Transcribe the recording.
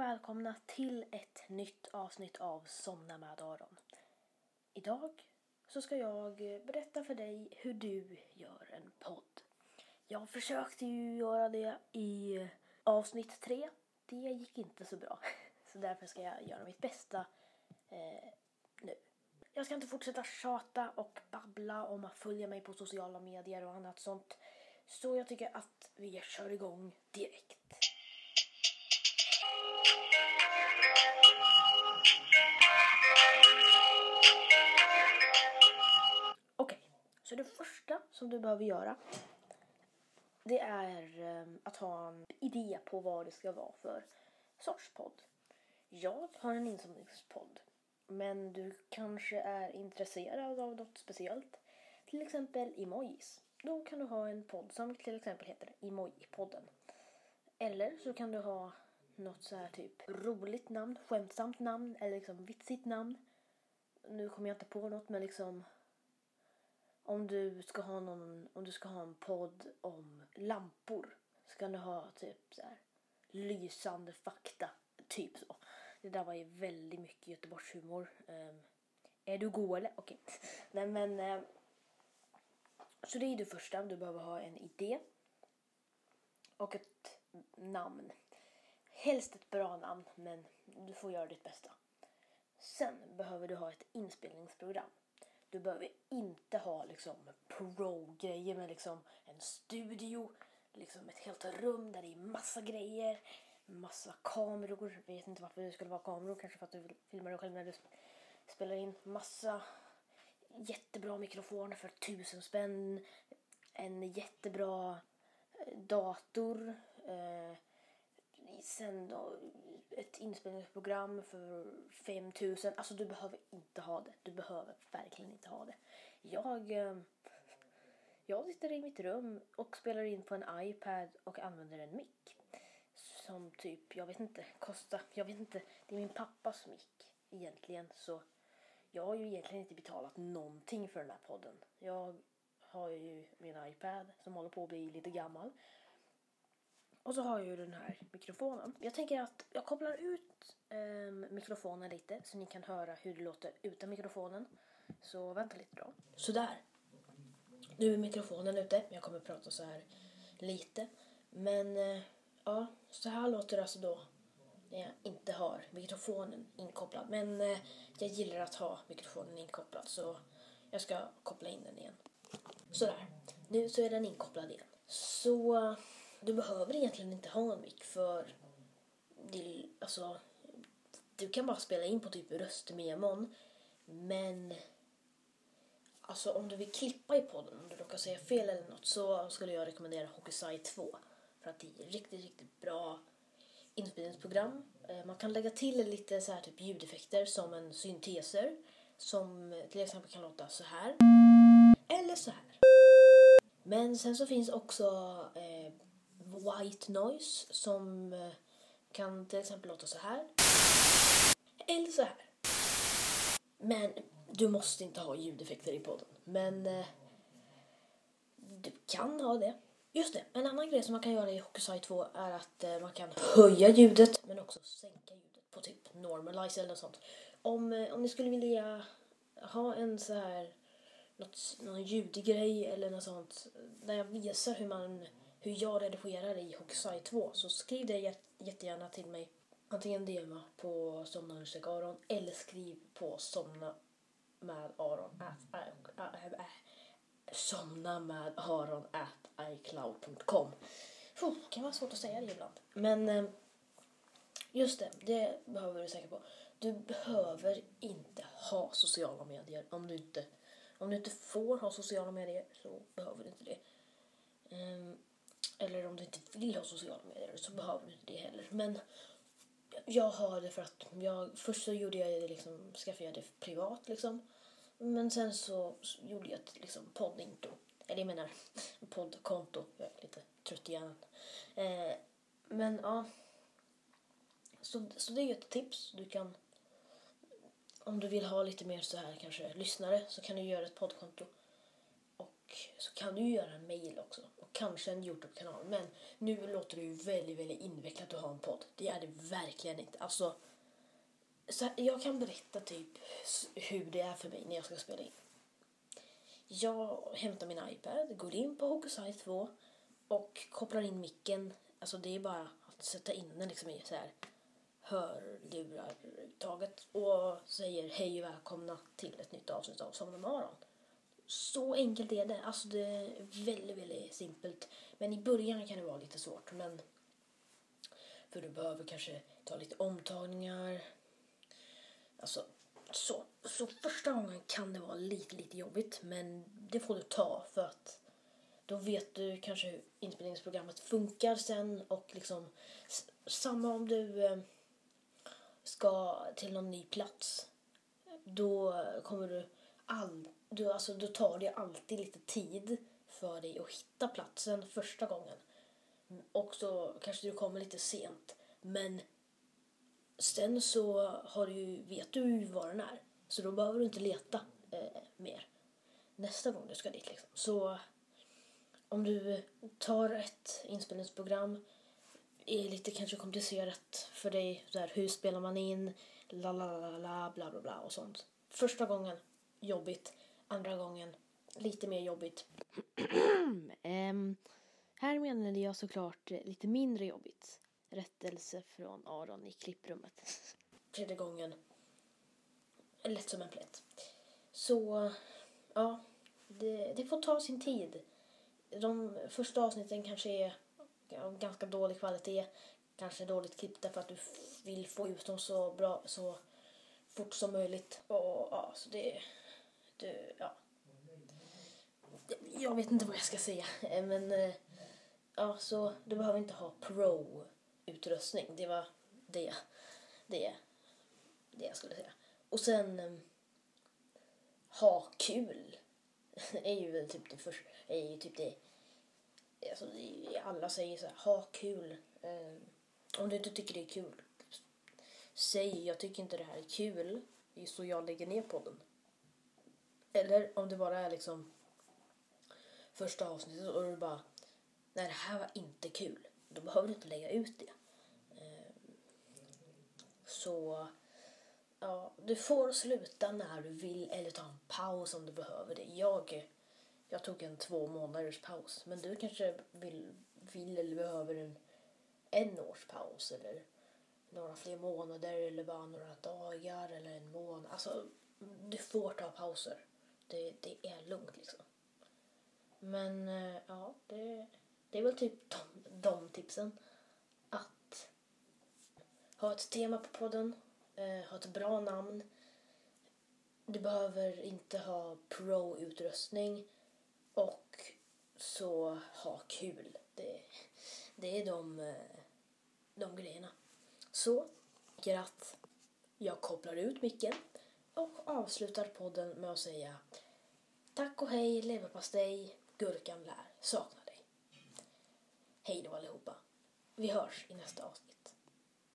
välkomna till ett nytt avsnitt av Somna med Aron. Idag så ska jag berätta för dig hur du gör en podd. Jag försökte ju göra det i avsnitt 3. Det gick inte så bra. Så därför ska jag göra mitt bästa nu. Jag ska inte fortsätta tjata och babbla om att följa mig på sociala medier och annat sånt. Så jag tycker att vi kör igång direkt. Okej, så det första som du behöver göra, det är att ha en idé på vad det ska vara för sorts podd. Jag har en insomningspodd, men du kanske är intresserad av något speciellt. Till exempel emojis. Då kan du ha en podd som till exempel heter Emoji-podden. Eller så kan du ha något så här typ roligt namn, skämtsamt namn eller liksom vitsigt namn. Nu kommer jag inte på något, men liksom om du ska ha en podd om lampor så kan du ha typ så här lysande fakta, typ så. Det där var ju väldigt mycket Göteborgshumor. Är du god eller? Okej. Nej men så det är det första. Du behöver ha en idé och ett namn. Helst ett bra namn, men du får göra ditt bästa. Sen behöver du ha ett inspelningsprogram. Du behöver inte ha liksom pro-grejer med liksom en studio, liksom ett helt rum där det är massa grejer, massa kameror. Jag vet inte varför det skulle vara kameror, kanske för att du vill filma dig själv när du spelar in. Massa jättebra mikrofoner för 1000 spänn, en jättebra dator, sen då ett inspelningsprogram för 5000. Alltså du behöver inte ha det. Du behöver verkligen inte ha det. Jag sitter i mitt rum och spelar in på en iPad och använder en mick. Som typ, jag vet inte, det är min pappas mick egentligen. Så jag har ju egentligen inte betalat någonting för den här podden. Jag har ju min iPad som håller på att bli lite gammal. Och så har jag ju den här mikrofonen. Jag tänker att jag kopplar ut mikrofonen lite så ni kan höra hur det låter utan mikrofonen. Så vänta lite då. Sådär. Nu är mikrofonen ute. Jag kommer prata så här lite. Men ja, så här låter det alltså då när jag inte har mikrofonen inkopplad. Men jag gillar att ha mikrofonen inkopplad, så jag ska koppla in den igen. Sådär. Nu så är den inkopplad igen. Så du behöver egentligen inte ha en mick, för du kan bara spela in på typ röstmemon. Men alltså om du vill klippa i podden, om du råkar säga fel eller något, så skulle jag rekommendera Hokisai 2. För att det är riktigt, riktigt bra inspelningsprogram. Man kan lägga till lite så här typ ljudeffekter som en synteser. Som till exempel kan låta så här. Eller så här. Men sen så finns också white noise som kan till exempel låta så här. Eller så här. Men du måste inte ha ljudeffekter i podden. Men du kan ha det. Just det, en annan grej som man kan göra i Hokisai 2 är att man kan höja ljudet men också sänka ljudet på typ normalize eller något sånt. Om ni skulle vilja ha en så här någon ljudgrej eller något sånt där jag visar hur jag redigerar i Hokisai 2, så skriv det jättegärna till mig. Antingen DMa på somna_Aron eller skriv på somnamedaron@icloud.com. Det kan vara svårt att säga det ibland. Men just det behöver du säkert på. Du behöver inte ha sociala medier. Om du inte får ha sociala medier så behöver du inte det. Eller om du inte vill ha sociala medier så behöver du inte det heller. Men jag har det för att först så gjorde jag det liksom, skaffade jag det privat liksom. Men sen så gjorde jag ett liksom poddinto. Eller jag menar poddkonto. Jag är lite trött i hjärnan. Men ja. Så det är ju ett tips. Du kan, om du vill ha lite mer så här kanske lyssnare, så kan du göra ett poddkonto. Och så kan du göra en mail också. Och kanske en YouTube-kanal. Men nu låter det ju väldigt, väldigt invecklat att ha en podd. Det är det verkligen inte. Alltså, så jag kan berätta typ hur det är för mig när jag ska spela in. Jag hämtar min iPad, går in på Hokusai 2 och kopplar in micken. Alltså det är bara att sätta in den liksom i så här hörlurar-uttaget och säger hej och välkomna till ett nytt avsnitt av Somna Morgon. Så enkelt är det. Alltså det är väldigt, väldigt simpelt. Men i början kan det vara lite svårt. Men för du behöver kanske ta lite omtagningar. Alltså så första gången kan det vara lite jobbigt. Men det får du ta för att då vet du kanske hur inspelningsprogrammet funkar sen. Och liksom samma om du ska till någon ny plats. Då kommer då tar det alltid lite tid för dig att hitta platsen första gången. Och så kanske du kommer lite sent. Men sen så vet du ju var den är. Så då behöver du inte leta mer nästa gång du ska dit liksom. Så om du tar ett inspelningsprogram är lite kanske komplicerat för dig. Så här, hur spelar man in? Bla bla bla och sånt. Första gången jobbigt. Andra gången lite mer jobbigt. Här menade jag såklart lite mindre jobbigt. Rättelse från Aron i klipprummet. Tredje gången lätt som en plätt. Så ja, det får ta sin tid. De första avsnitten kanske är ganska dålig kvalitet. Kanske dåligt klippta för att du vill få ut dem så bra, så fort som möjligt. Och ja, så ja. Jag vet inte vad jag ska säga. Men ja, så du behöver inte ha pro-utrustning. Det var det jag skulle säga. Och sen ha kul är ju väl typ det första. Är ju typ det. Alltså, alla säger så här, ha kul. Om du inte tycker det är kul, säg jag tycker inte det här är kul, så jag lägger ner podden. Eller om det bara är liksom första avsnittet och du bara, nej det här var inte kul, då behöver du inte lägga ut det. Så ja, du får sluta när du vill eller ta en paus om du behöver det. Jag tog en 2 månaders paus, men du kanske vill eller behöver en års paus eller några fler månader eller bara några dagar eller en månad. Alltså, du får ta pauser. Det är lugnt liksom. Men ja, det är väl typ de tipsen. Att ha ett tema på podden, ha ett bra namn. Du behöver inte ha pro-utrustning och så ha kul. Det är de grejerna. Så att jag kopplar ut micken och avslutar podden med att säga tack och hej, leverpastej, gurkan lär, saknar dig. Hej då allihopa. Vi hörs i nästa avsnitt.